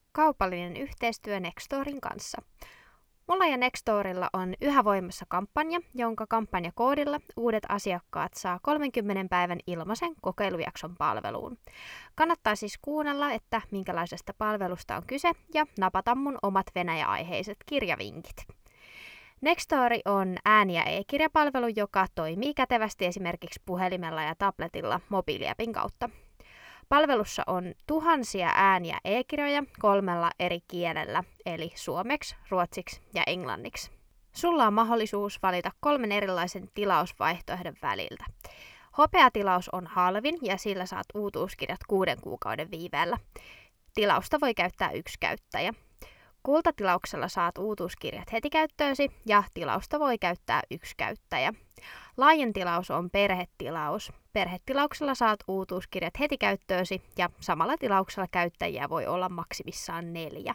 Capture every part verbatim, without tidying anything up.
kaupallinen yhteistyö Nextorin kanssa. Mulla ja Nextorilla on yhä voimassa kampanja, jonka kampanjakoodilla uudet asiakkaat saa kolmenkymmenen päivän ilmaisen kokeilujakson palveluun. Kannattaa siis kuunnella, että minkälaisesta palvelusta on kyse ja napata mun omat Venäjä-aiheiset kirjavinkit. Nextory on ääni- ja e-kirjapalvelu, joka toimii kätevästi esimerkiksi puhelimella ja tabletilla mobiiliäpin kautta. Palvelussa on tuhansia ääniä e-kirjoja kolmella eri kielellä, eli suomeksi, ruotsiksi ja englanniksi. Sulla on mahdollisuus valita kolmen erilaisen tilausvaihtoehdon väliltä. Hopeatilaus on halvin ja sillä saat uutuuskirjat kuuden kuukauden viiveellä. Tilausta voi käyttää yksi käyttäjä. Kultatilauksella saat uutuuskirjat heti käyttöösi ja tilausta voi käyttää yksi käyttäjä. Laajen tilaus on perhetilaus. Perhetilauksella saat uutuuskirjat heti käyttöösi ja samalla tilauksella käyttäjiä voi olla maksimissaan neljä.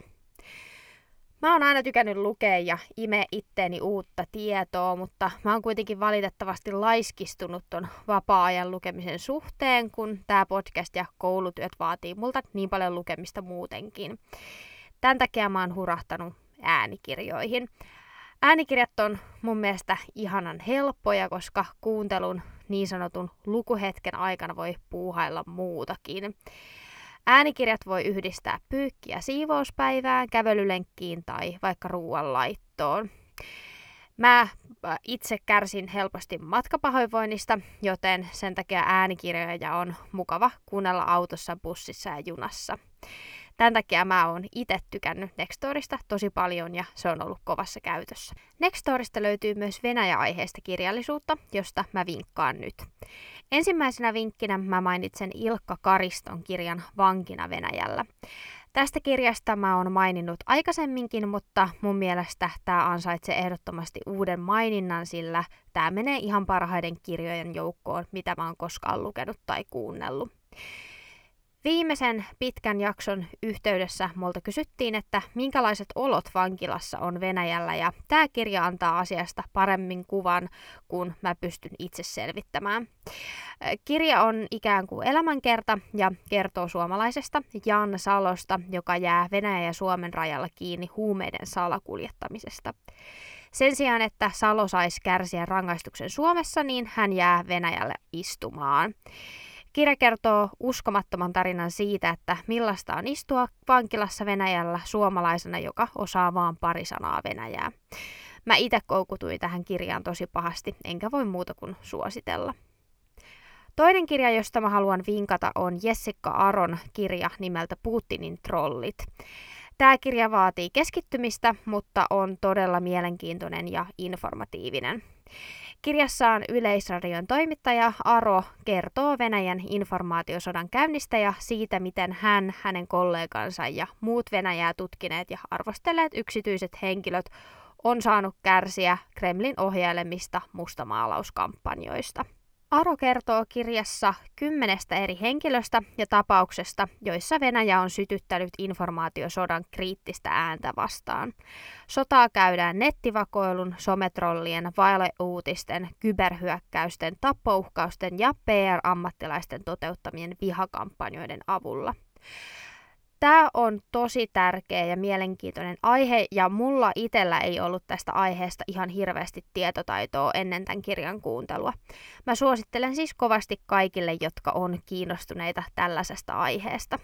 Mä oon aina tykännyt lukea ja ime itteeni uutta tietoa, mutta mä oon kuitenkin valitettavasti laiskistunut ton vapaa-ajan lukemisen suhteen, kun tää podcast ja koulutyöt vaatii multa niin paljon lukemista muutenkin. Tän takia mä oon hurahtanut äänikirjoihin. Äänikirjat on mun mielestä ihanan helppoja, koska kuuntelun niin sanotun lukuhetken aikana voi puuhailla muutakin. Äänikirjat voi yhdistää pyykki- ja siivouspäivään, kävelylenkkiin tai vaikka ruoanlaittoon. Mä itse kärsin helposti matkapahoinvoinnista, joten sen takia äänikirjoja on mukava kuunnella autossa, bussissa ja junassa. Tämän takia mä oon itse tykännyt Nextorista tosi paljon ja se on ollut kovassa käytössä. Nextorista löytyy myös Venäjä-aiheista kirjallisuutta, josta mä vinkkaan nyt. Ensimmäisenä vinkkinä mä mainitsen Ilkka Kariston kirjan Vankina Venäjällä. Tästä kirjasta mä oon maininnut aikaisemminkin, mutta mun mielestä tää ansaitsee ehdottomasti uuden maininnan, sillä tää menee ihan parhaiden kirjojen joukkoon, mitä mä oon koskaan lukenut tai kuunnellut. Viimeisen pitkän jakson yhteydessä multa kysyttiin, että minkälaiset olot vankilassa on Venäjällä, ja tämä kirja antaa asiasta paremmin kuvan, kun mä pystyn itse selvittämään. Kirja on ikään kuin elämänkerta ja kertoo suomalaisesta Jan Salosta, joka jää Venäjän ja Suomen rajalla kiinni huumeiden salakuljettamisesta. Sen sijaan, että Salo saisi kärsiä rangaistuksen Suomessa, niin hän jää Venäjälle istumaan. Kirja kertoo uskomattoman tarinan siitä, että millaista on istua vankilassa Venäjällä suomalaisena, joka osaa vaan pari sanaa venäjää. Mä itse koukutuin tähän kirjaan tosi pahasti, enkä voi muuta kuin suositella. Toinen kirja, josta mä haluan vinkata, on Jessica Aron kirja nimeltä Putinin trollit. Tämä kirja vaatii keskittymistä, mutta on todella mielenkiintoinen ja informatiivinen. Kirjassaan Yleisradion toimittaja Aro kertoo Venäjän informaatiosodan käynnistä ja siitä, miten hän, hänen kollegansa ja muut Venäjää tutkineet ja arvostelleet yksityiset henkilöt on saanut kärsiä Kremlin ohjailemista mustamaalauskampanjoista. Aro kertoo kirjassa kymmenestä eri henkilöstä ja tapauksesta, joissa Venäjä on sytyttänyt informaatiosodan kriittistä ääntä vastaan. Sotaa käydään nettivakoilun, sometrollien, valeuutisten, kyberhyökkäysten, tappouhkausten ja P R-ammattilaisten toteuttamien vihakampanjoiden avulla. Tämä on tosi tärkeä ja mielenkiintoinen aihe, ja mulla itsellä ei ollut tästä aiheesta ihan hirveästi tietotaitoa ennen tämän kirjan kuuntelua. Mä suosittelen siis kovasti kaikille, jotka on kiinnostuneita tällaisesta aiheesta.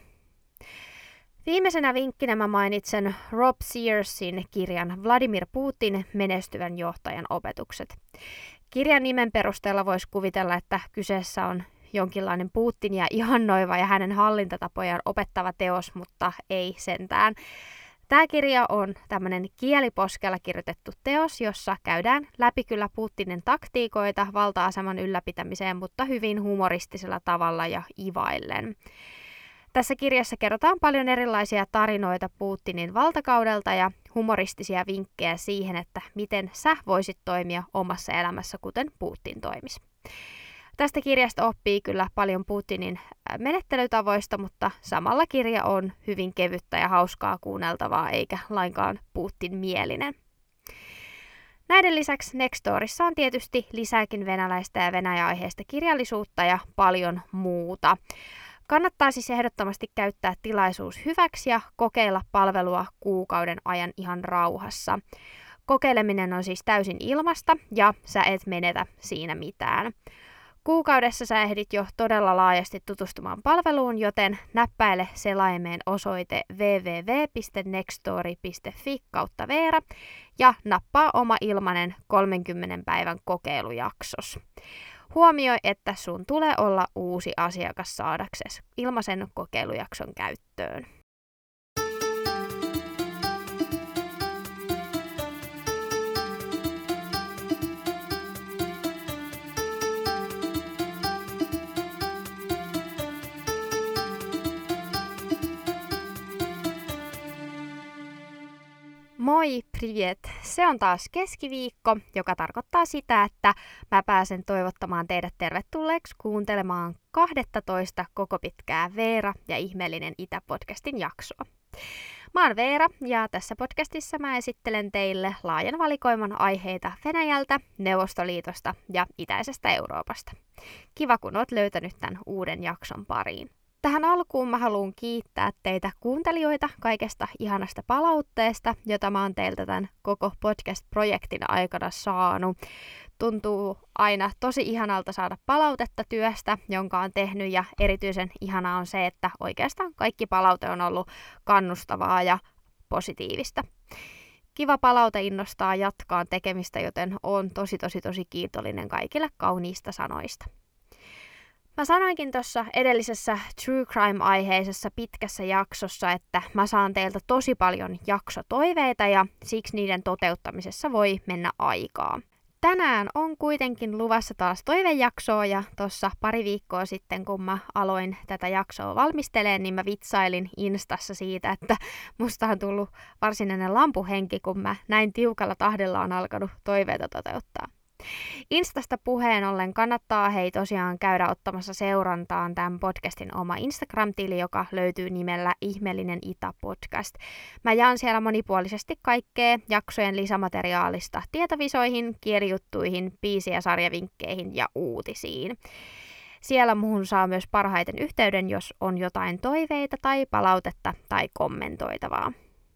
Viimeisenä vinkkinä mä mainitsen Rob Searsin kirjan Vladimir Putin, menestyvän johtajan opetukset. Kirjan nimen perusteella voisi kuvitella, että kyseessä on jonkinlainen Putinia ihannoiva ja hänen hallintatapojaan opettava teos, mutta ei sentään. Tämä kirja on tämmöinen kieliposkella kirjoitettu teos, jossa käydään läpi kyllä Putinin taktiikoita valta-aseman ylläpitämiseen, mutta hyvin humoristisella tavalla ja ivaillen. Tässä kirjassa kerrotaan paljon erilaisia tarinoita Putinin valtakaudelta ja humoristisia vinkkejä siihen, että miten sä voisit toimia omassa elämässä, kuten Putin toimisi. Tästä kirjasta oppii kyllä paljon Putinin menettelytavoista, mutta samalla kirja on hyvin kevyttä ja hauskaa kuunneltavaa eikä lainkaan Putin-mielinen. Näiden lisäksi Nextorissa on tietysti lisääkin venäläistä ja Venäjä-aiheista kirjallisuutta ja paljon muuta. Kannattaa siis ehdottomasti käyttää tilaisuus hyväksi ja kokeilla palvelua kuukauden ajan ihan rauhassa. Kokeileminen on siis täysin ilmasta ja sä et menetä siinä mitään. Kuukaudessa sä ehdit jo todella laajasti tutustumaan palveluun, joten näppäile selaimeen osoite double-u double-u double-u piste nextory piste fi kautta Veera ja nappaa oma ilmanen kolmenkymmenen päivän kokeilujaksos. Huomioi, että sun tulee olla uusi asiakas saadaksesi ilmaisen kokeilujakson käyttöön. Moi, privet! Se on taas keskiviikko, joka tarkoittaa sitä, että mä pääsen toivottamaan teidät tervetulleeksi kuuntelemaan kahdetoista koko pitkää Veera ja ihmeellinen Itä-podcastin jaksoa. Mä oon Veera ja tässä podcastissa mä esittelen teille laajan valikoiman aiheita Venäjältä, Neuvostoliitosta ja itäisestä Euroopasta. Kiva, kun oot löytänyt tämän uuden jakson pariin. Tähän alkuun mä haluan kiittää teitä kuuntelijoita kaikesta ihanasta palautteesta, jota mä oon teiltä tämän koko podcast-projektin aikana saanut. Tuntuu aina tosi ihanalta saada palautetta työstä, jonka on tehnyt, ja erityisen ihanaa on se, että oikeastaan kaikki palaute on ollut kannustavaa ja positiivista. Kiva palaute innostaa jatkaa tekemistä, joten oon tosi tosi tosi kiitollinen kaikille kauniista sanoista. Mä sanoinkin tuossa edellisessä True Crime-aiheisessa pitkässä jaksossa, että mä saan teiltä tosi paljon jaksotoiveita ja siksi niiden toteuttamisessa voi mennä aikaa. Tänään on kuitenkin luvassa taas toivejaksoa ja tuossa pari viikkoa sitten, kun mä aloin tätä jaksoa valmistelemaan, niin mä vitsailin Instassa siitä, että musta on tullut varsinainen lampuhenki, kun mä näin tiukalla tahdella on alkanut toiveita toteuttaa. Instasta puheen ollen kannattaa hei tosiaan käydä ottamassa seurantaan tämän podcastin oma Instagram-tili, joka löytyy nimellä Ihmeellinen Itä-podcast. Mä jaan siellä monipuolisesti kaikkea jaksojen lisämateriaalista tietovisoihin, kielijuttuihin, biisi- ja sarjavinkkeihin ja uutisiin. Siellä muhun saa myös parhaiten yhteyden, jos on jotain toiveita tai palautetta tai kommentoitavaa.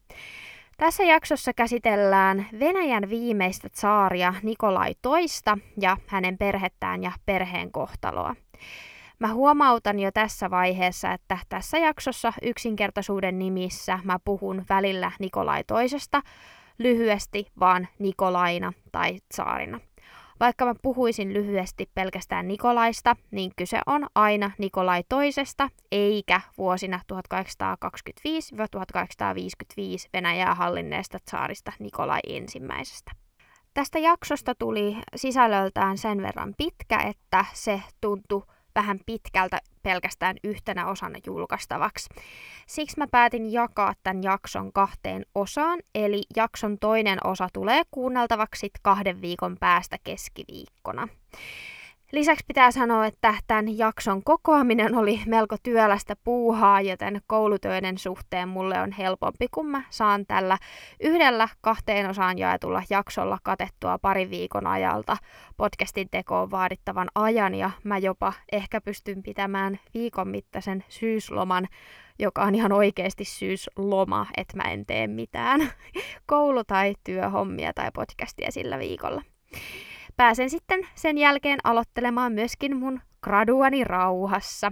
Tässä jaksossa käsitellään Venäjän viimeistä tsaaria Nikolai toista ja hänen perhettään ja perheen kohtaloa. Mä huomautan jo tässä vaiheessa, että tässä jaksossa yksinkertaisuuden nimissä mä puhun välillä Nikolai toisesta, lyhyesti vaan Nikolaina tai tsaarina. Vaikka mä puhuisin lyhyesti pelkästään Nikolaista, niin kyse on aina Nikolai toisesta, eikä vuosina tuhatkahdeksansataakaksikymmentäviisi tuhatkahdeksansataaviisikymmentäviisi Venäjää hallinneesta tsaarista Nikolai ensimmäisestä. Tästä jaksosta tuli sisällöltään sen verran pitkä, että se tuntui vähän pitkältä pelkästään yhtenä osana julkaistavaksi. Siksi mä päätin jakaa tämän jakson kahteen osaan, eli jakson toinen osa tulee kuunneltavaksi kahden viikon päästä keskiviikkona. Lisäksi pitää sanoa, että tämän jakson kokoaminen oli melko työlästä puuhaa, joten koulutöiden suhteen mulle on helpompi, kun mä saan tällä yhdellä kahteen osaan jaetulla jaksolla katettua parin viikon ajalta podcastin tekoon vaadittavan ajan, ja mä jopa ehkä pystyn pitämään viikon mittaisen syysloman, joka on ihan oikeasti syysloma, että mä en tee mitään koulu- tai työhommia tai podcastia sillä viikolla. Pääsen sitten sen jälkeen aloittelemaan myöskin mun graduani rauhassa.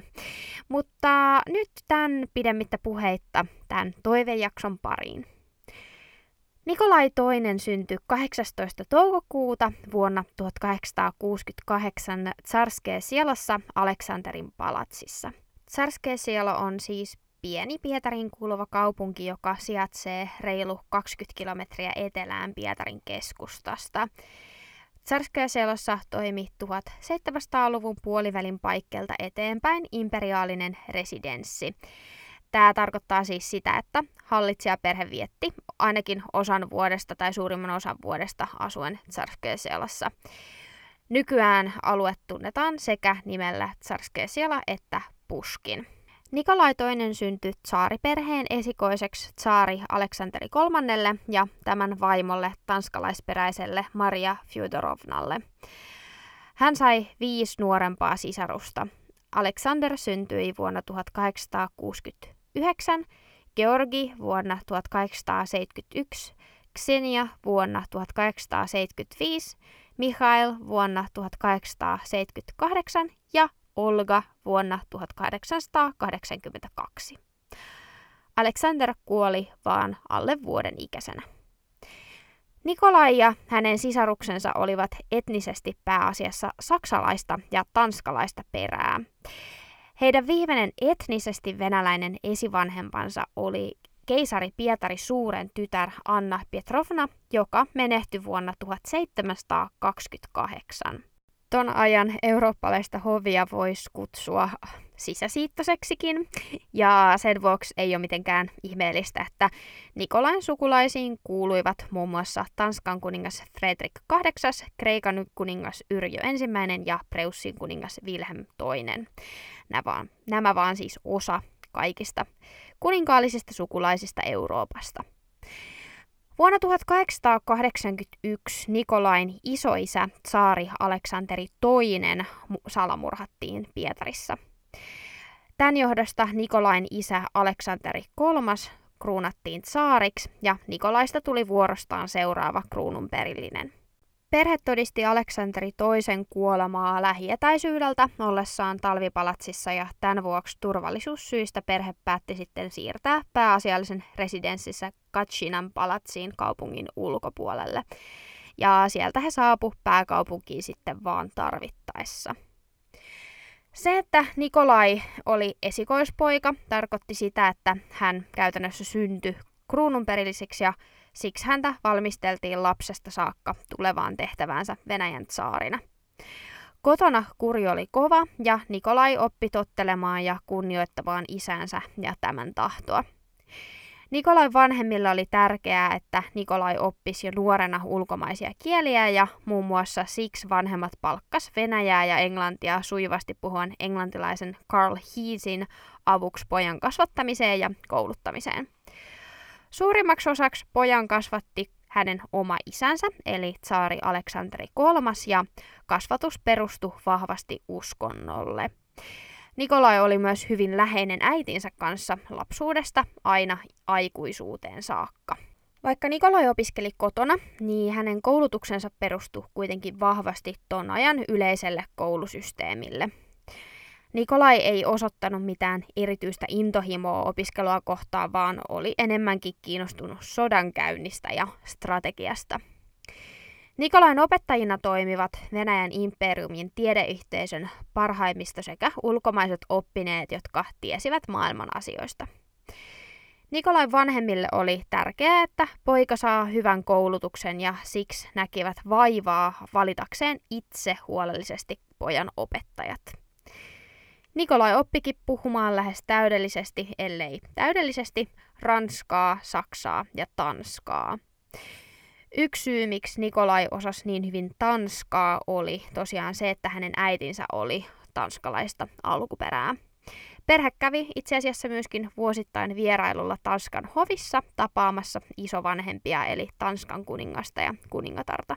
Mutta nyt tämän pidemmittä puheitta tämän toivejakson pariin. Nikolai toinen syntyi kahdeksastoista toukokuuta vuonna tuhatkahdeksansataakuusikymmentäkahdeksan Tsarskee Sielassa Aleksanterin palatsissa. Tsarskee Sielo on siis pieni Pietariin kuuluva kaupunki, joka sijaitsee reilu kaksikymmentä kilometriä etelään Pietarin keskustasta. Tsarskee Sielossa toimi tuhatseitsemänsataaluvun puolivälin paikkeilta eteenpäin imperiaalinen residenssi. Tämä tarkoittaa siis sitä, että hallitsijaperhe vietti ainakin osan vuodesta tai suurimman osan vuodesta asuen Tsarskee Sielossa. Nykyään alue tunnetaan sekä nimellä Tsarskee Siela että Puškin. Nikolai toinen syntyi tsaariperheen esikoiseksi tsaari Aleksanteri kolmannelle ja tämän vaimolle tanskalaisperäiselle Maria Fjodorovnalle. Hän sai viisi nuorempaa sisarusta. Aleksander syntyi vuonna tuhatkahdeksansataakuusikymmentäyhdeksän, Georgi vuonna tuhatkahdeksansataaseitsemänkymmentäyksi, Ksenia vuonna tuhatkahdeksansataaseitsemänkymmentäviisi, Mikhail vuonna tuhatkahdeksansataaseitsemänkymmentäkahdeksan ja Olga vuonna tuhatkahdeksansataakahdeksankymmentäkaksi. Aleksander kuoli vaan alle vuoden ikäisenä. Nikolai ja hänen sisaruksensa olivat etnisesti pääasiassa saksalaista ja tanskalaista perää. Heidän viimeinen etnisesti venäläinen esivanhempansa oli keisari Pietari Suuren tytär Anna Pietrovna, joka menehtyi vuonna tuhatseitsemänsataakaksikymmentäkahdeksan. Ton ajan eurooppalaista hovia voisi kutsua sisäsiittoseksikin, ja sen vuoksi ei ole mitenkään ihmeellistä, että Nikolain sukulaisiin kuuluivat muun muassa Tanskan kuningas Fredrik kahdeksas, Kreikan kuningas Yrjö ensimmäinen ja Preussin kuningas Wilhelm toinen. Nämä vaan, nämä vaan siis osa kaikista kuninkaallisista sukulaisista Euroopasta. Vuonna tuhatkahdeksansataakahdeksankymmentäyksi Nikolain isoisä tsaari Aleksanteri toinen salamurhattiin Pietarissa. Tämän johdosta Nikolain isä Aleksanteri kolmas kruunattiin tsaariksi ja Nikolaista tuli vuorostaan seuraava kruununperillinen. Perhe todisti Aleksanteri toisen kuolemaa lähietäisyydeltä ollessaan talvipalatsissa ja tämän vuoksi turvallisuussyistä perhe päätti sitten siirtää pääasiallisen residenssissä Katsinan palatsiin kaupungin ulkopuolelle. Ja sieltä he saapu pääkaupunkiin sitten vaan tarvittaessa. Se, että Nikolai oli esikoispoika, tarkoitti sitä, että hän käytännössä syntyi kruununperilliseksi ja siksi häntä valmisteltiin lapsesta saakka tulevaan tehtäväänsä Venäjän tsaarina. Kotona kuri oli kova ja Nikolai oppi tottelemaan ja kunnioittamaan isänsä ja tämän tahtoa. Nikolain vanhemmilla oli tärkeää, että Nikolai oppisi jo nuorena ulkomaisia kieliä ja muun muassa siksi vanhemmat palkkas venäjää ja englantia sujuvasti puhuvan englantilaisen Carl Heasin avuksi pojan kasvattamiseen ja kouluttamiseen. Suurimmaksi osaksi pojan kasvatti hänen oma isänsä, eli tsaari Aleksanteri kolmas, ja kasvatus perustui vahvasti uskonnolle. Nikolai oli myös hyvin läheinen äitinsä kanssa lapsuudesta aina aikuisuuteen saakka. Vaikka Nikolai opiskeli kotona, niin hänen koulutuksensa perustui kuitenkin vahvasti ton ajan yleiselle koulusysteemille. Nikolai ei osoittanut mitään erityistä intohimoa opiskelua kohtaan, vaan oli enemmänkin kiinnostunut sodankäynnistä ja strategiasta. Nikolain opettajina toimivat Venäjän imperiumin tiedeyhteisön parhaimmista sekä ulkomaiset oppineet, jotka tiesivät maailman asioista. Nikolain vanhemmille oli tärkeää, että poika saa hyvän koulutuksen ja siksi näkivät vaivaa valitakseen itse huolellisesti pojan opettajat. Nikolai oppikin puhumaan lähes täydellisesti, ellei täydellisesti, ranskaa, saksaa ja tanskaa. Yksi syy, miksi Nikolai osasi niin hyvin tanskaa, oli tosiaan se, että hänen äitinsä oli tanskalaista alkuperää. Perhe kävi itse asiassa myöskin vuosittain vierailulla Tanskan hovissa tapaamassa isovanhempia eli Tanskan kuningasta ja kuningatarta.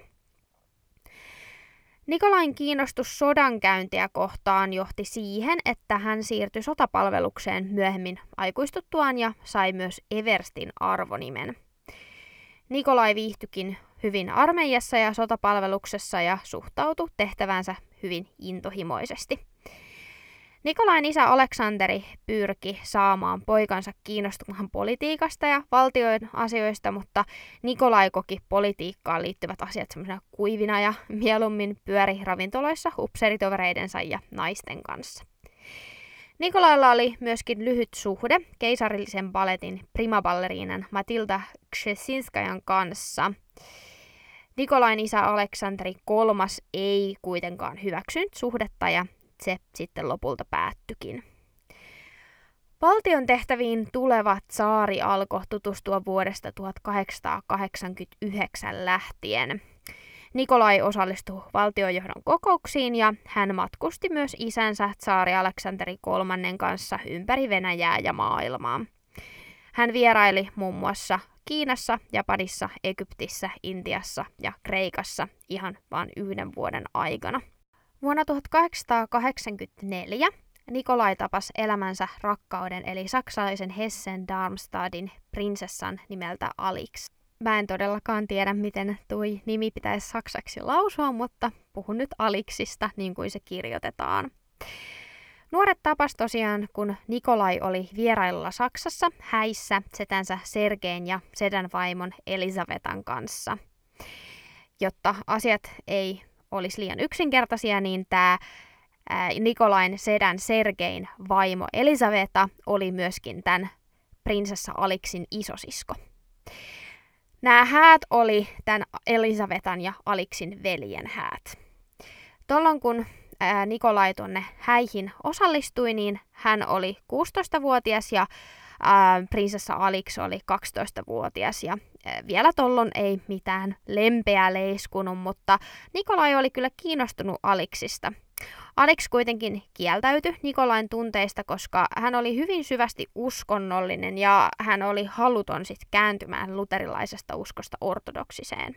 Nikolain kiinnostus sodankäyntiä kohtaan johti siihen, että hän siirtyi sotapalvelukseen myöhemmin aikuistuttuaan ja sai myös everstin arvonimen. Nikolai viihtyikin hyvin armeijassa ja sotapalveluksessa ja suhtautui tehtävänsä hyvin intohimoisesti. Nikolain isä Aleksanteri pyrki saamaan poikansa kiinnostumaan politiikasta ja valtion asioista, mutta Nikolai koki politiikkaan liittyvät asiat semmoisena kuivina ja mieluummin pyöri ravintoloissa upseeritovereidensa ja naisten kanssa. Nikolailla oli myöskin lyhyt suhde keisarillisen baletin primaballeriinan Matilda Kschessinskajan kanssa. Nikolain isä Aleksanteri kolmas ei kuitenkaan hyväksynyt suhdetta ja se sitten lopulta päättyikin. Valtion tehtäviin tuleva tsaari alkoi tutustua vuodesta tuhatkahdeksansataakahdeksankymmentäyhdeksän lähtien. Nikolai osallistui valtionjohdon kokouksiin ja hän matkusti myös isänsä tsaari Aleksanteri kolmannen kanssa ympäri Venäjää ja maailmaa. Hän vieraili muun muassa Kiinassa, Japanissa, Egyptissä, Intiassa ja Kreikassa ihan vain yhden vuoden aikana. Vuonna tuhatkahdeksansataakahdeksankymmentäneljä Nikolai tapasi elämänsä rakkauden eli saksalaisen Hessen-Darmstadtin prinsessan nimeltä Alix. Mä en todellakaan tiedä, miten tuo nimi pitäisi saksaksi lausua, mutta puhun nyt Alixista niin kuin se kirjoitetaan. Nuoret tapas tosiaan, kun Nikolai oli vierailulla Saksassa häissä setänsä Sergein ja sedän vaimon Elisavetan kanssa. Jotta asiat ei olisi liian yksinkertaisia, niin tämä Nikolain sedän Sergein vaimo Elisaveta oli myöskin tämän prinsessa Alixin isosisko. Nämä häät oli tämän Elisavetan ja Alixin veljen häät. Tuolloin kun ää, Nikolai tuonne häihin osallistui, niin hän oli kuusitoistavuotias ja ää, prinsessa Alix oli kaksitoistavuotias. Ja ää, vielä tuolloin ei mitään lempeää leiskunut, mutta Nikolai oli kyllä kiinnostunut Alixista. Alix kuitenkin kieltäytyi Nikolain tunteista, koska hän oli hyvin syvästi uskonnollinen ja hän oli haluton sit kääntymään luterilaisesta uskosta ortodoksiseen.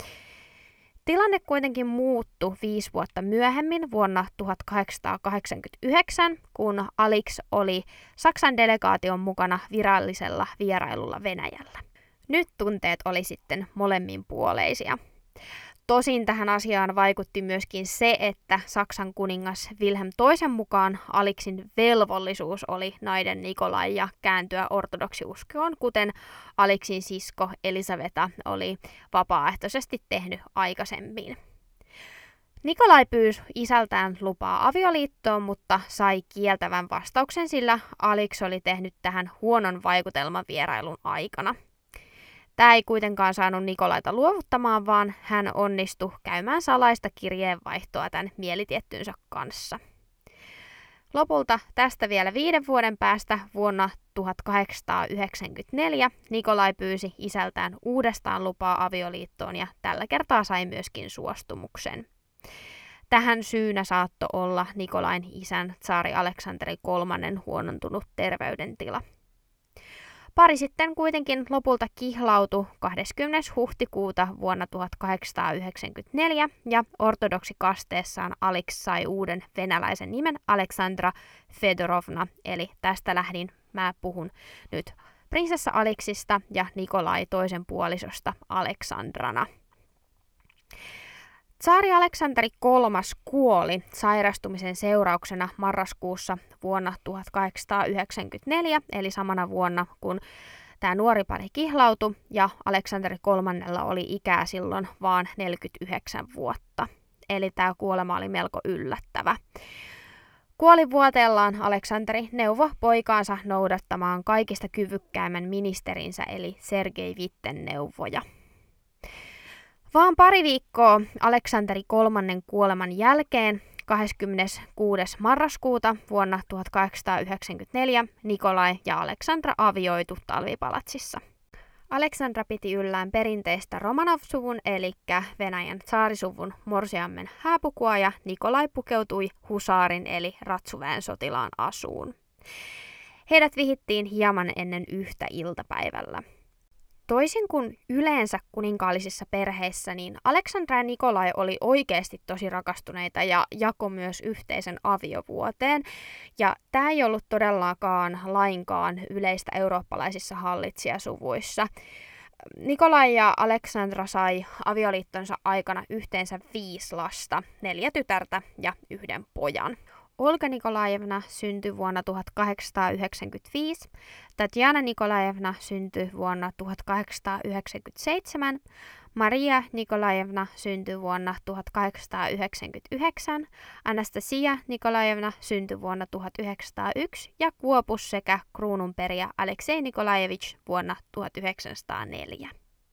Tilanne kuitenkin muuttui viisi vuotta myöhemmin vuonna tuhatkahdeksansataakahdeksankymmentäyhdeksän, kun Alix oli Saksan delegaation mukana virallisella vierailulla Venäjällä. Nyt tunteet oli sitten molemminpuoleisia. Tosin tähän asiaan vaikutti myöskin se, että Saksan kuningas Wilhelm toisen mukaan Alixin velvollisuus oli naiden Nikolai ja kääntyä ortodoksiuskoon, kuten Alixin sisko Elisaveta oli vapaaehtoisesti tehnyt aikaisemmin. Nikolai pyysi isältään lupaa avioliittoon, mutta sai kieltävän vastauksen, sillä Alix oli tehnyt tähän huonon vaikutelman vierailun aikana. Tämä ei kuitenkaan saanut Nikolaita luovuttamaan, vaan hän onnistui käymään salaista kirjeenvaihtoa tämän mielitiettynsä kanssa. Lopulta tästä vielä viiden vuoden päästä vuonna tuhatkahdeksansataayhdeksänkymmentäneljä Nikolai pyysi isältään uudestaan lupaa avioliittoon ja tällä kertaa sai myöskin suostumuksen. Tähän syynä saattoi olla Nikolain isän tsaari Aleksanteri kolmannen huonontunut terveydentila. Pari sitten kuitenkin lopulta kihlautui kahdeskymmenes huhtikuuta vuonna tuhatkahdeksansataayhdeksänkymmentäneljä ja ortodoksikasteessaan Alix sai uuden venäläisen nimen Aleksandra Fedorovna, eli tästä lähdin mä puhun nyt prinsessa Alixista ja Nikolai toisen puolisosta Aleksandrana. Tsaari Aleksanteri kolmas kuoli sairastumisen seurauksena marraskuussa vuonna tuhatkahdeksansataayhdeksänkymmentäneljä, eli samana vuonna kun tämä nuori pari kihlautui, ja Aleksanteri kolmannella oli ikää silloin vaan neljäkymmentäyhdeksän vuotta. Eli tämä kuolema oli melko yllättävä. Kuolivuoteellaan Aleksanteri neuvoi poikaansa noudattamaan kaikista kyvykkäimmän ministerinsä eli Sergei Vitten neuvoja. Vaan pari viikkoa Aleksanteri kolmannen kuoleman jälkeen, kahdeskymmeneskuudes marraskuuta vuonna tuhatkahdeksansataayhdeksänkymmentäneljä, Nikolai ja Aleksandra avioitu talvipalatsissa. Aleksandra piti yllään perinteistä Romanov-suvun eli Venäjän tsaarisuvun morsiammen hääpukua ja Nikolai pukeutui husaarin eli ratsuväen sotilaan asuun. Heidät vihittiin hieman ennen yhtä iltapäivällä. Toisin kuin yleensä kuninkaallisissa perheissä, niin Aleksandra ja Nikolai oli oikeasti tosi rakastuneita ja jako myös yhteisen aviovuoteen. Ja tämä ei ollut todellakaan lainkaan yleistä eurooppalaisissa hallitsijasuvuissa. Nikolai ja Aleksandra sai avioliittonsa aikana yhteensä viisi lasta, neljä tytärtä ja yhden pojan. Olga Nikolajevna syntyi vuonna tuhatkahdeksansataayhdeksänkymmentäviisi, Tatjana Nikolajevna syntyi vuonna tuhatkahdeksansataayhdeksänkymmentäseitsemän, Maria Nikolajevna syntyi vuonna tuhatkahdeksansataayhdeksänkymmentäyhdeksän, Anastasia Nikolajevna syntyi vuonna tuhatyhdeksänsataayksi ja kuopus sekä kruununperijä Aleksei Nikolajevich vuonna tuhatyhdeksänsataaneljä.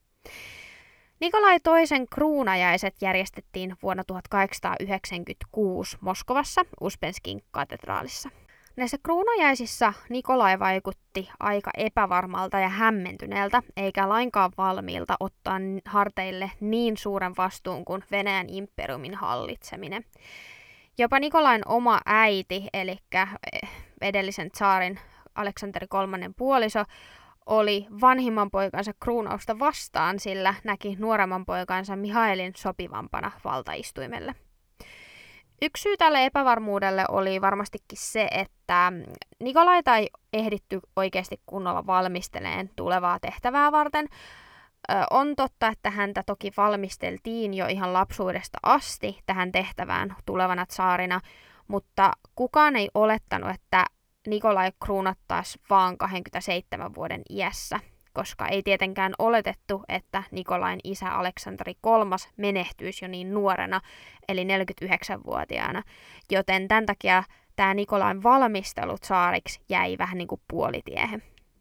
Nikolai toisen kruunajaiset järjestettiin vuonna tuhatkahdeksansataayhdeksänkymmentäkuusi Moskovassa Uspenskin katedraalissa. Näissä kruunajaisissa Nikolai vaikutti aika epävarmalta ja hämmentyneeltä, eikä lainkaan valmiilta ottaa harteille niin suuren vastuun kuin Venäjän imperiumin hallitseminen. Jopa Nikolain oma äiti, eli edellisen tsaarin Aleksanteri kolmannen puoliso, oli vanhimman poikansa kruunausta vastaan, sillä näki nuoremman poikansa Mihailin sopivampana valtaistuimelle. Yksi syy tälle epävarmuudelle oli varmastikin se, että Nikolaita ei ehditty oikeasti kunnolla valmisteleen tulevaa tehtävää varten. Ö, on totta, että häntä toki valmisteltiin jo ihan lapsuudesta asti tähän tehtävään tulevana tsaarina, mutta kukaan ei olettanut, että Nikolai kruunattaisi vaan kaksikymmentäseitsemän vuoden iässä, koska ei tietenkään oletettu, että Nikolain isä Aleksanteri kolmas menehtyisi jo niin nuorena, eli neljäkymmentäyhdeksänvuotiaana, joten tämän takia tämä Nikolain valmistelu tsaariksi jäi vähän niin kuin puolitiehen.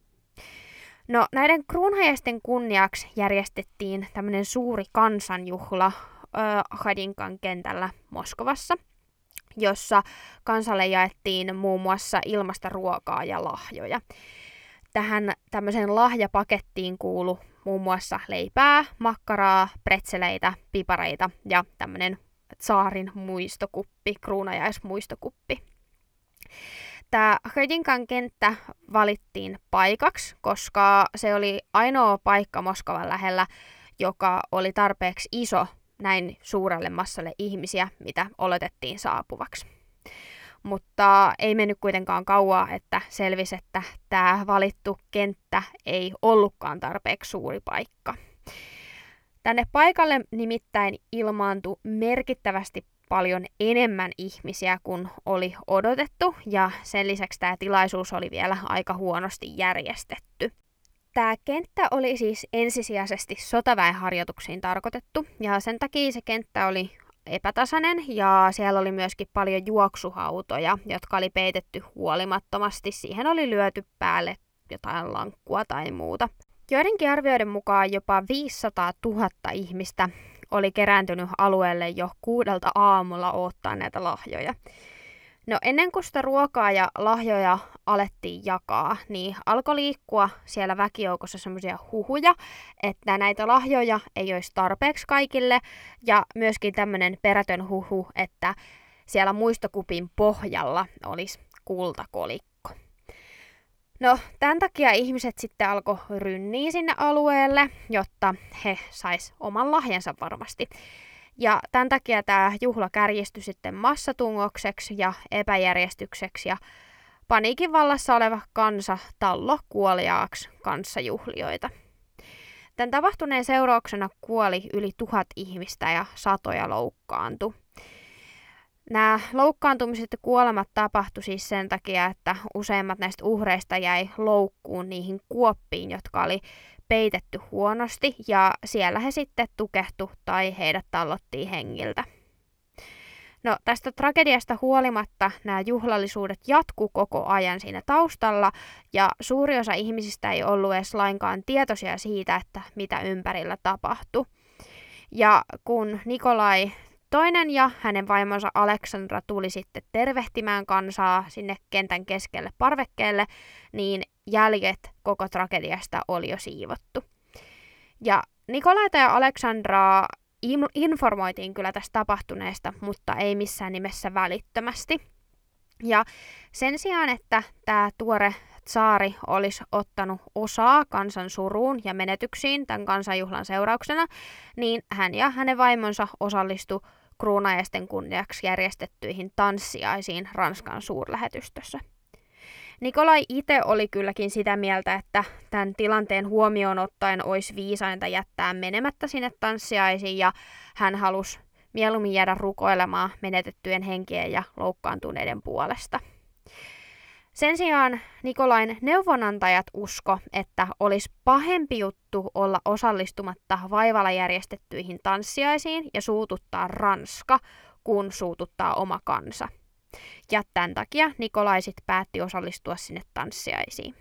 No, näiden kruunhajaisten kunniaksi järjestettiin tämmöinen suuri kansanjuhla äh, Hadinkan kentällä Moskovassa, jossa kansalle jaettiin muun muassa ilmasta ruokaa ja lahjoja. Tähän tämmöiseen lahjapakettiin kuului muun muassa leipää, makkaraa, pretzeleitä, pipareita ja tämmöinen tsaarin muistokuppi, kruunajaismuistokuppi. Tämä Hadinkan kenttä valittiin paikaksi, koska se oli ainoa paikka Moskovan lähellä, joka oli tarpeeksi iso näin suurelle massalle ihmisiä, mitä oletettiin saapuvaksi. Mutta ei mennyt kuitenkaan kauaa, että selvisi, että tämä valittu kenttä ei ollutkaan tarpeeksi suuri paikka. Tänne paikalle nimittäin ilmaantui merkittävästi paljon enemmän ihmisiä kuin oli odotettu, ja sen lisäksi tämä tilaisuus oli vielä aika huonosti järjestetty. Tämä kenttä oli siis ensisijaisesti sotaväenharjoituksiin tarkoitettu, ja sen takia se kenttä oli epätasainen, ja siellä oli myöskin paljon juoksuhautoja, jotka oli peitetty huolimattomasti. Siihen oli lyöty päälle jotain lankkua tai muuta. Joidenkin arvioiden mukaan jopa viisisataatuhatta ihmistä oli kerääntynyt alueelle jo kuudelta aamulla odottaa näitä lahjoja. No ennen kuin sitä ruokaa ja lahjoja alettiin jakaa, niin alkoi liikkua siellä väkijoukossa semmoisia huhuja, että näitä lahjoja ei olisi tarpeeksi kaikille, ja myöskin tämmöinen perätön huhu, että siellä muistokupin pohjalla olisi kultakolikko. No, tämän takia ihmiset sitten alkoi rynniä sinne alueelle, jotta he sais oman lahjansa varmasti. Ja tämän takia tämä juhla kärjistyi sitten massatungokseksi ja epäjärjestykseksi, ja paniikin vallassa oleva kansa tallo kuoliaaksi kanssajuhlijoita. Tämän tapahtuneen seurauksena kuoli yli tuhat ihmistä ja satoja loukkaantui. Nämä loukkaantumiset ja kuolemat tapahtui siis sen takia, että useimmat näistä uhreista jäi loukkuun niihin kuoppiin, jotka oli peitetty huonosti, ja siellä he sitten tukehtu tai heidät tallottiin hengiltä. No, tästä tragediasta huolimatta nämä juhlallisuudet jatkuu koko ajan siinä taustalla, ja suuri osa ihmisistä ei ollut edes lainkaan tietoisia siitä, että mitä ympärillä tapahtui. Ja kun Nikolai toinen ja hänen vaimonsa Aleksandra tuli sitten tervehtimään kansaa sinne kentän keskelle parvekkeelle, niin jäljet koko tragediasta oli jo siivottu. Ja Nikolaita ja Aleksandraa informoitiin kyllä tästä tapahtuneesta, mutta ei missään nimessä välittömästi. Ja sen sijaan, että tämä tuore tsaari olisi ottanut osaa kansan suruun ja menetyksiin tämän kansanjuhlan seurauksena, niin hän ja hänen vaimonsa osallistu kruunajaisten kunniaksi järjestettyihin tanssiaisiin Ranskan suurlähetystössä. Nikolai itse oli kylläkin sitä mieltä, että tämän tilanteen huomioon ottaen olisi viisainta jättää menemättä sinne tanssiaisiin, ja hän halusi mieluummin jäädä rukoilemaan menetettyjen henkien ja loukkaantuneiden puolesta. Sen sijaan Nikolain neuvonantajat usko, että olisi pahempi juttu olla osallistumatta vaivalla järjestettyihin tanssiaisiin ja suututtaa Ranska, kuin suututtaa oma kansa. Ja tämän takia Nikolai sit päätti osallistua sinne tanssiaisiin.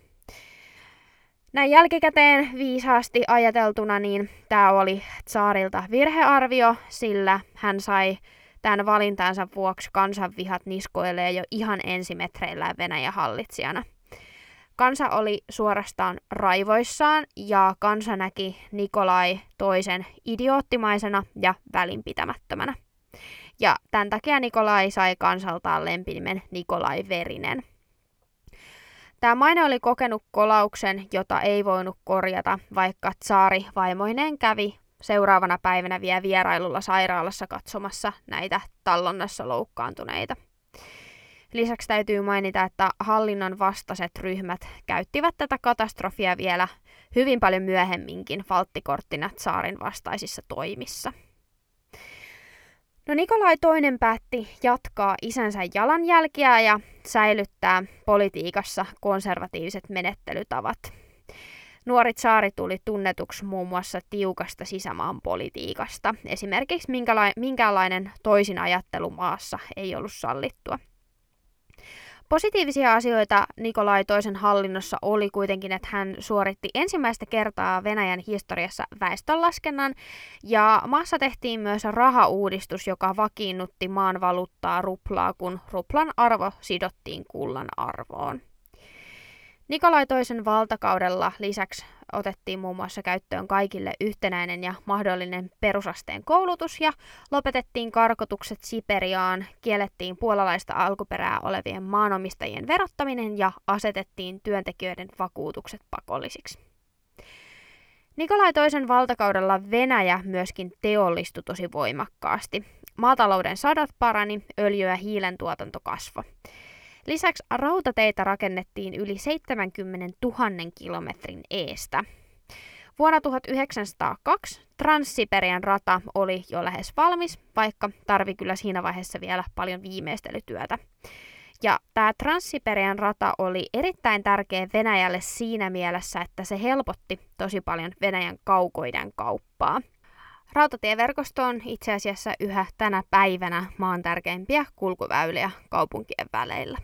Näin jälkikäteen viisaasti ajateltuna, niin tämä oli tsaarilta virhearvio, sillä hän sai tämän valintaansa vuoksi kansanvihat niskoilee jo ihan ensimetreillään Venäjän hallitsijana. Kansa oli suorastaan raivoissaan, ja kansa näki Nikolai toisen idioottimaisena ja välinpitämättömänä. Ja tämän takia Nikolai sai kansaltaan lempinimen Nikolai Verinen. Tämä maine oli kokenut kolauksen, jota ei voinut korjata, vaikka tsaari vaimoineen kävi seuraavana päivänä vielä vierailulla sairaalassa katsomassa näitä tallonnassa loukkaantuneita. Lisäksi täytyy mainita, että hallinnon vastaiset ryhmät käyttivät tätä katastrofia vielä hyvin paljon myöhemminkin valttikorttina tsaarin vastaisissa toimissa. No Nikolai toinen päätti jatkaa isänsä jalanjälkiä ja säilyttää politiikassa konservatiiviset menettelytavat. Nuori tsaari tuli tunnetuksi muun muassa tiukasta sisämaan politiikasta. Esimerkiksi minkälainen toisin ajattelu maassa ei ollut sallittua. Positiivisia asioita Nikolai toisen hallinnossa oli kuitenkin, että hän suoritti ensimmäistä kertaa Venäjän historiassa väestönlaskennan ja maassa tehtiin myös rahauudistus, joka vakiinnutti maan valuuttaa ruplaa, kun ruplan arvo sidottiin kullan arvoon. Nikolai toisen valtakaudella lisäksi otettiin muun muassa käyttöön kaikille yhtenäinen ja mahdollinen perusasteen koulutus ja lopetettiin karkotukset Siperiaan, kiellettiin puolalaista alkuperää olevien maanomistajien verottaminen ja asetettiin työntekijöiden vakuutukset pakollisiksi. Nikolai toisen valtakaudella Venäjä myöskin teollistui tosi voimakkaasti. Maatalouden sadot parani, öljy- ja hiilen tuotanto kasvoi. Lisäksi rautateitä rakennettiin yli seitsemänkymmentätuhatta kilometrin eestä. Vuonna tuhatyhdeksänsataakaksi Transsiperian rata oli jo lähes valmis, vaikka tarvi kyllä siinä vaiheessa vielä paljon viimeistelytyötä. Ja tämä Transsiperian rata oli erittäin tärkeä Venäjälle siinä mielessä, että se helpotti tosi paljon Venäjän kaukoidän kauppaa. Rautatieverkosto on itse asiassa yhä tänä päivänä maan tärkeimpiä kulkuväyliä kaupunkien väleillä.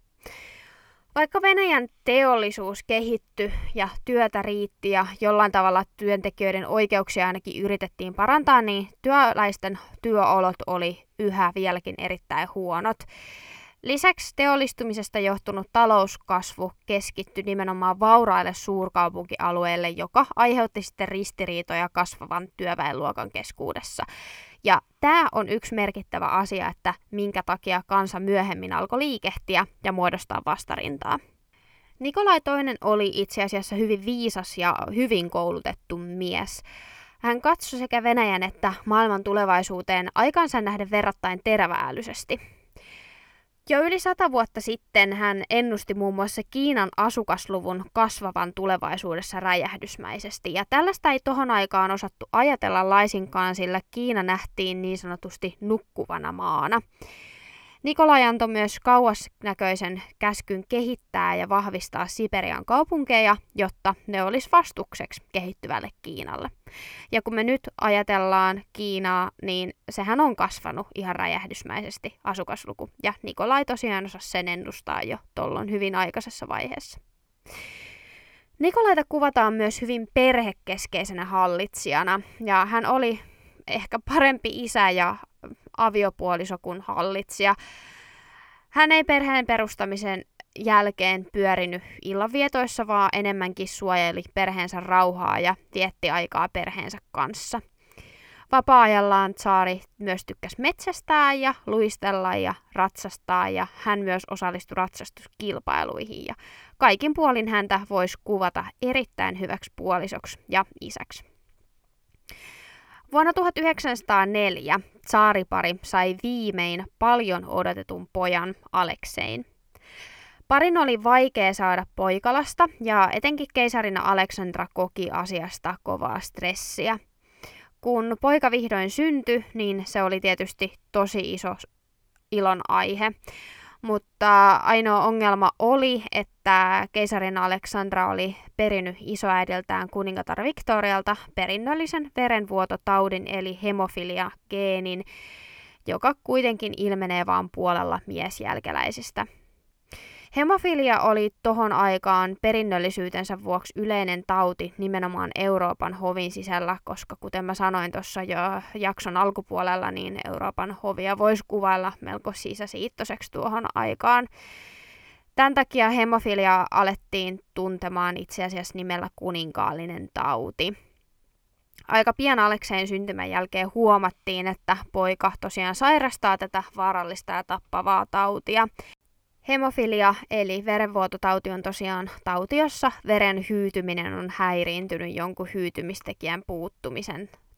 Vaikka Venäjän teollisuus kehittyi ja työtä riitti ja jollain tavalla työntekijöiden oikeuksia ainakin yritettiin parantaa, niin työläisten työolot oli yhä vieläkin erittäin huonot. Lisäksi teollistumisesta johtunut talouskasvu keskittyi nimenomaan vauraille suurkaupunkialueille, joka aiheutti sitten ristiriitoja kasvavan työväenluokan keskuudessa. Ja tämä on yksi merkittävä asia, että minkä takia kansa myöhemmin alkoi liikehtiä ja muodostaa vastarintaa. Nikolai toinen oli itse asiassa hyvin viisas ja hyvin koulutettu mies. Hän katsoi sekä Venäjän että maailman tulevaisuuteen aikansa nähden verrattain teräväälyisesti. Jo yli sata vuotta sitten hän ennusti muun muassa Kiinan asukasluvun kasvavan tulevaisuudessa räjähdysmäisesti, ja tällaista ei tohon aikaan osattu ajatella laisinkaan, sillä Kiina nähtiin niin sanotusti nukkuvana maana. Nikolai antoi myös kauasnäköisen käskyn kehittää ja vahvistaa Siperian kaupunkeja, jotta ne olisi vastukseksi kehittyvälle Kiinalle. Ja kun me nyt ajatellaan Kiinaa, niin sehän on kasvanut ihan räjähdysmäisesti asukasluku. Ja Nikolai tosiaan osasi sen ennustaa jo tuolloin hyvin aikaisessa vaiheessa. Nikolaita kuvataan myös hyvin perhekeskeisenä hallitsijana, ja hän oli ehkä parempi isä ja aviopuoliso kuin hallitsija. Hän ei perheen perustamisen jälkeen pyörinyt illanvietoissa, vaan enemmänkin suojeli perheensä rauhaa ja vietti aikaa perheensä kanssa. Vapaa-ajallaan tsaari myös tykkäsi metsästää ja luistella ja ratsastaa, ja hän myös osallistui ratsastuskilpailuihin. Ja kaikin puolin häntä voisi kuvata erittäin hyväksi puolisoksi ja isäksi. Vuonna tuhatyhdeksänsataaneljä tsaaripari sai viimein paljon odotetun pojan Aleksein. Parin oli vaikea saada poikalasta ja etenkin keisarina Aleksandra koki asiasta kovaa stressiä. Kun poika vihdoin syntyi, niin se oli tietysti tosi iso ilon aihe. Mutta ainoa ongelma oli, että keisarina Aleksandra oli perinyt isoäidiltään kuningatar Victorialta perinnöllisen verenvuototaudin eli hemofilia-geenin, joka kuitenkin ilmenee vain puolella miesjälkeläisistä. Hemofilia oli tohon aikaan perinnöllisyytensä vuoksi yleinen tauti nimenomaan Euroopan hovin sisällä, koska kuten mä sanoin tuossa jo jakson alkupuolella, niin Euroopan hovia voisi kuvailla melko sisäsiittoiseksi tuohon aikaan. Tämän takia hemofilia alettiin tuntemaan itse asiassa nimellä kuninkaallinen tauti. Aika pian Aleksein syntymän jälkeen huomattiin, että poika tosiaan sairastaa tätä vaarallista ja tappavaa tautia. Hemofilia eli verenvuototauti on tosiaan tauti, jossa veren hyytyminen on häiriintynyt jonkun hyytymistekijän puuttumisen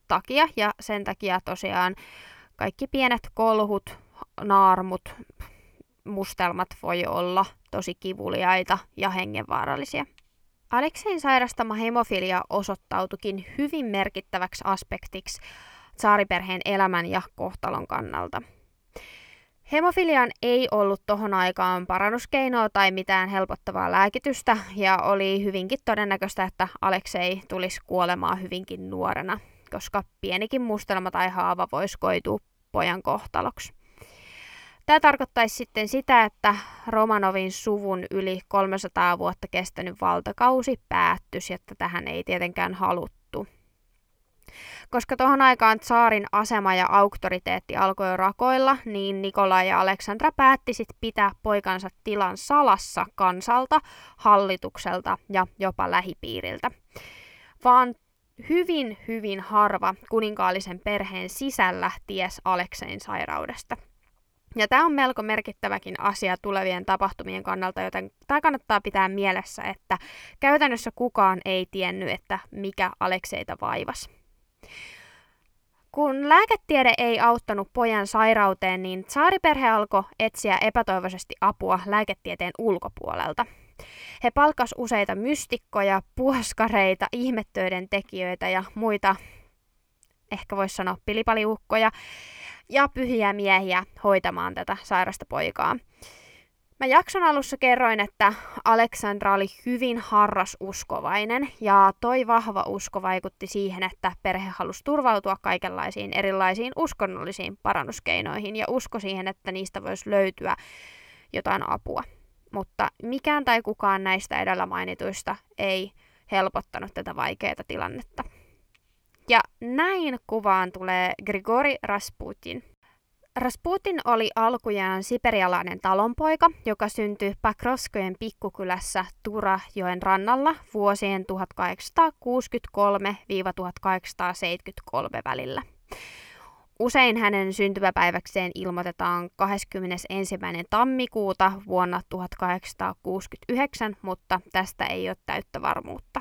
takia, ja sen takia tosiaan kaikki pienet kolhut, naarmut, mustelmat voi olla tosi kivuliaita ja hengenvaarallisia. Aleksein sairastama hemofilia osoittautuikin hyvin merkittäväksi aspektiksi tsaariperheen elämän ja kohtalon kannalta. Hemofiliaan ei ollut tohon aikaan parannuskeinoa tai mitään helpottavaa lääkitystä, ja oli hyvinkin todennäköistä, että Aleksei tulisi kuolemaan hyvinkin nuorena, koska pienikin mustelma tai haava voisi koitua pojan kohtaloksi. Tämä tarkoittaisi sitten sitä, että Romanovin suvun yli kolmesataa vuotta kestänyt valtakausi päättyisi, että tähän ei tietenkään haluttu. Koska tuohon aikaan tsaarin asema ja auktoriteetti alkoi rakoilla, niin Nikolai ja Aleksandra päätti sit pitää poikansa tilan salassa kansalta, hallitukselta ja jopa lähipiiriltä. Vaan hyvin, hyvin harva kuninkaallisen perheen sisällä ties Aleksein sairaudesta. Ja tämä on melko merkittäväkin asia tulevien tapahtumien kannalta, joten tämä kannattaa pitää mielessä, että käytännössä kukaan ei tiennyt, että mikä Alekseita vaivasi. Kun lääketiede ei auttanut pojan sairauteen, niin tsaariperhe alkoi etsiä epätoivoisesti apua lääketieteen ulkopuolelta. He palkkas useita mystikkoja, puoskareita, ihmettöiden tekijöitä ja muita, ehkä voisi sanoa pilipaliukkoja, ja pyhiä miehiä hoitamaan tätä sairasta poikaa. Mä jakson alussa kerroin, että Aleksandra oli hyvin harrasuskovainen, ja toi vahva usko vaikutti siihen, että perhe halusi turvautua kaikenlaisiin erilaisiin uskonnollisiin parannuskeinoihin ja usko siihen, että niistä voisi löytyä jotain apua. Mutta mikään tai kukaan näistä edellä mainituista ei helpottanut tätä vaikeaa tilannetta. Ja näin kuvaan tulee Grigori Rasputin. Rasputin oli alkujaan siperialainen talonpoika, joka syntyi Pakrovskojen pikkukylässä Turajoen rannalla vuosien tuhatkahdeksansataakuusikymmentäkolme tuhatkahdeksansataaseitsemänkymmentäkolme välillä. Usein hänen syntymäpäiväkseen ilmoitetaan kahdeskymmenesensimmäinen tammikuuta vuonna tuhatkahdeksansataakuusikymmentäyhdeksän, mutta tästä ei ole täyttä varmuutta.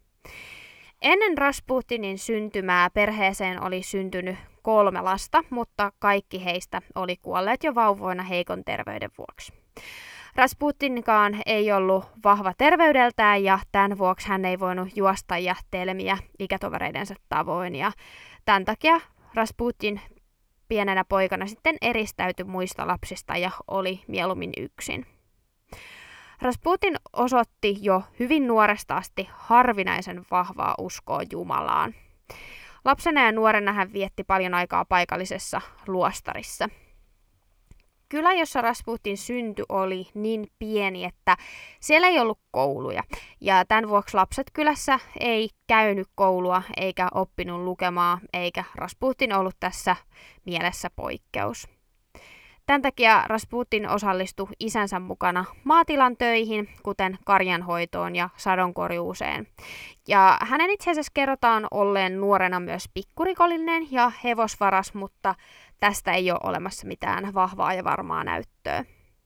Ennen Rasputinin syntymää perheeseen oli syntynyt kolme lasta, mutta kaikki heistä oli kuolleet jo vauvoina heikon terveyden vuoksi. Rasputinkaan ei ollut vahva terveydeltään ja tämän vuoksi hän ei voinut juosta ja telmiä ikätovereidensa tavoin. Ja tämän takia Rasputin pienenä poikana sitten eristäytyi muista lapsista ja oli mieluummin yksin. Rasputin osoitti jo hyvin nuoresta asti harvinaisen vahvaa uskoa Jumalaan. Lapsena ja nuorena hän vietti paljon aikaa paikallisessa luostarissa. Kylä, jossa Rasputin syntyi, oli niin pieni, että siellä ei ollut kouluja. Ja tämän vuoksi lapset kylässä ei käynyt koulua eikä oppinut lukemaan, eikä Rasputin ollut tässä mielessä poikkeus. Tämän takia Rasputin osallistui isänsä mukana maatilan töihin, kuten karjanhoitoon ja sadonkorjuuseen. Ja hänen itse asiassa kerrotaan olleen nuorena myös pikkurikollinen ja hevosvaras, mutta tästä ei ole olemassa mitään vahvaa ja varmaa näyttöä.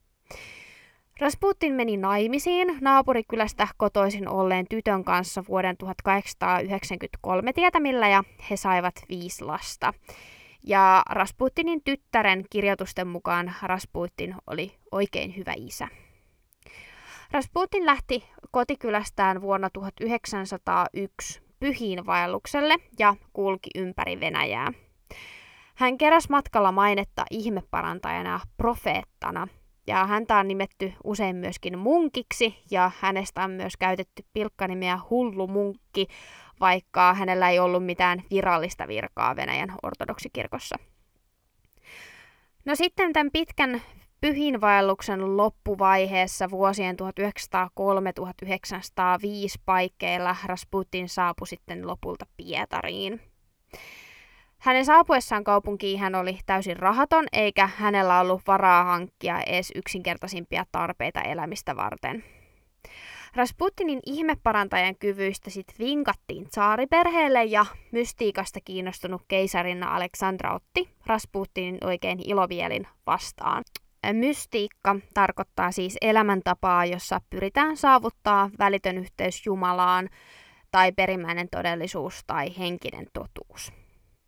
Rasputin meni naimisiin naapurikylästä kotoisin olleen tytön kanssa vuoden tuhatkahdeksansataayhdeksänkymmentäkolme tietämillä ja he saivat viisi lasta. Ja Rasputinin tyttären kirjoitusten mukaan Rasputin oli oikein hyvä isä. Rasputin lähti kotikylästään vuonna tuhatyhdeksänsataayksi pyhiinvaellukselle ja kulki ympäri Venäjää. Hän keräsi matkalla mainetta ihmeparantajana ja profeettana, ja häntä on nimetty usein myöskin munkiksi, ja hänestä on myös käytetty pilkkanimeä hullu munkki, vaikka hänellä ei ollut mitään virallista virkaa Venäjän ortodoksikirkossa. No sitten tämän pitkän pyhiinvaelluksen loppuvaiheessa vuosien tuhatyhdeksänsataakolme tuhatyhdeksänsataaviisi paikkeilla Rasputin saapui sitten lopulta Pietariin. Hänen saapuessaan kaupunkiin hän oli täysin rahaton, eikä hänellä ollut varaa hankkia edes yksinkertaisimpia tarpeita elämistä varten. Rasputinin ihmeparantajan kyvyistä sitten vinkattiin tsaariperheelle ja mystiikasta kiinnostunut keisarinna Aleksandra otti Rasputinin oikein ilomielin vastaan. Mystiikka tarkoittaa siis elämäntapaa, jossa pyritään saavuttaa välitön yhteys Jumalaan tai perimmäinen todellisuus tai henkinen totuus.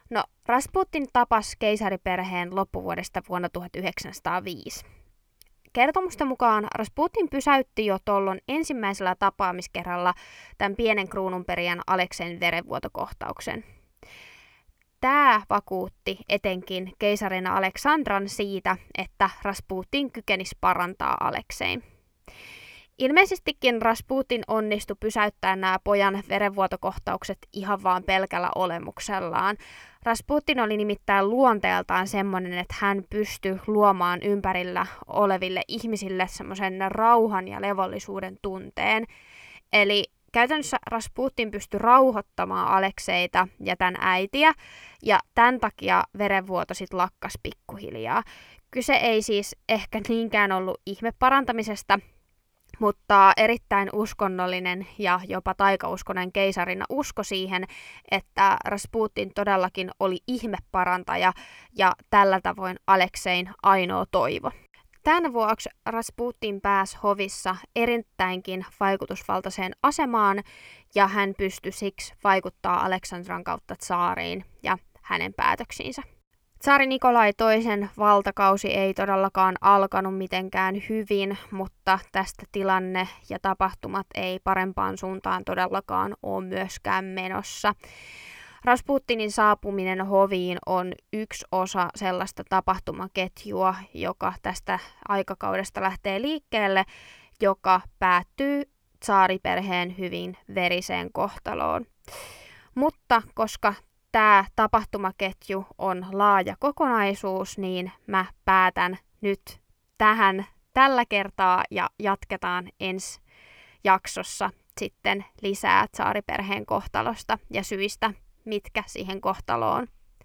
No, Rasputin tapasi keisariperheen loppuvuodesta vuonna tuhatyhdeksänsataaviisi. Kertomusten mukaan Rasputin pysäytti jo tollon ensimmäisellä tapaamiskerralla tämän pienen kruununperijän Aleksein verenvuotokohtauksen. Tämä vakuutti etenkin keisarina Aleksandran siitä, että Rasputin kykenisi parantaa Aleksein. Ilmeisestikin Rasputin onnistui pysäyttämään nämä pojan verenvuotokohtaukset ihan vaan pelkällä olemuksellaan. Rasputin oli nimittäin luonteeltaan semmoinen, että hän pystyi luomaan ympärillä oleville ihmisille semmoisen rauhan ja levollisuuden tunteen. Eli käytännössä Rasputin pystyi rauhoittamaan Alekseita ja tämän äitiä, ja tämän takia verenvuoto sit lakkas pikkuhiljaa. Kyse ei siis ehkä niinkään ollut ihmeparantamisesta, mutta erittäin uskonnollinen ja jopa taikauskonen keisarina usko siihen, että Rasputin todellakin oli ihmeparantaja ja tällä tavoin Aleksein ainoa toivo. Tämän vuoksi Rasputin pääsi hovissa erittäinkin vaikutusvaltaiseen asemaan ja hän pystyi siksi vaikuttaa Aleksandran kautta tsaariin ja hänen päätöksiinsä. Tsaari Nikolai toisen valtakausi ei todellakaan alkanut mitenkään hyvin, mutta tästä tilanne ja tapahtumat ei parempaan suuntaan todellakaan ole myöskään menossa. Rasputinin saapuminen hoviin on yksi osa sellaista tapahtumaketjua, joka tästä aikakaudesta lähtee liikkeelle, joka päättyy tsaariperheen hyvin veriseen kohtaloon. Mutta koska tämä tapahtumaketju on laaja kokonaisuus, niin mä päätän nyt tähän tällä kertaa ja jatketaan ensi jaksossa sitten lisää tsaariperheen kohtalosta ja syistä, mitkä siihen kohtaloon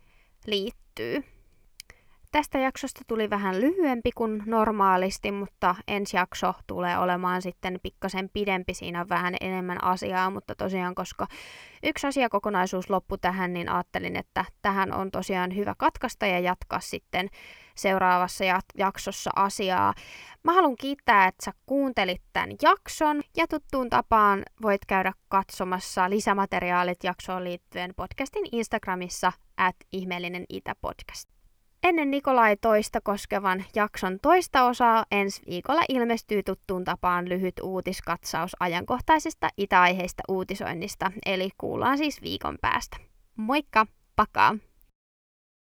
liittyy. Tästä jaksosta tuli vähän lyhyempi kuin normaalisti, mutta ensi jakso tulee olemaan sitten pikkasen pidempi, siinä on vähän enemmän asiaa, mutta tosiaan koska yksi asiakokonaisuus loppui tähän, niin ajattelin, että tähän on tosiaan hyvä katkaista ja jatkaa sitten seuraavassa jaksossa asiaa. Mä haluan kiittää, että sä kuuntelit tämän jakson ja tuttuun tapaan voit käydä katsomassa lisämateriaalit jaksoon liittyen podcastin Instagramissa at ihmeellinen itä podcast. Ennen Nikolai toista koskevan jakson toista osaa ensi viikolla ilmestyy tuttuun tapaan lyhyt uutiskatsaus ajankohtaisesta itäaiheista uutisoinnista, eli kuullaan siis viikon päästä. Moikka, pakaa!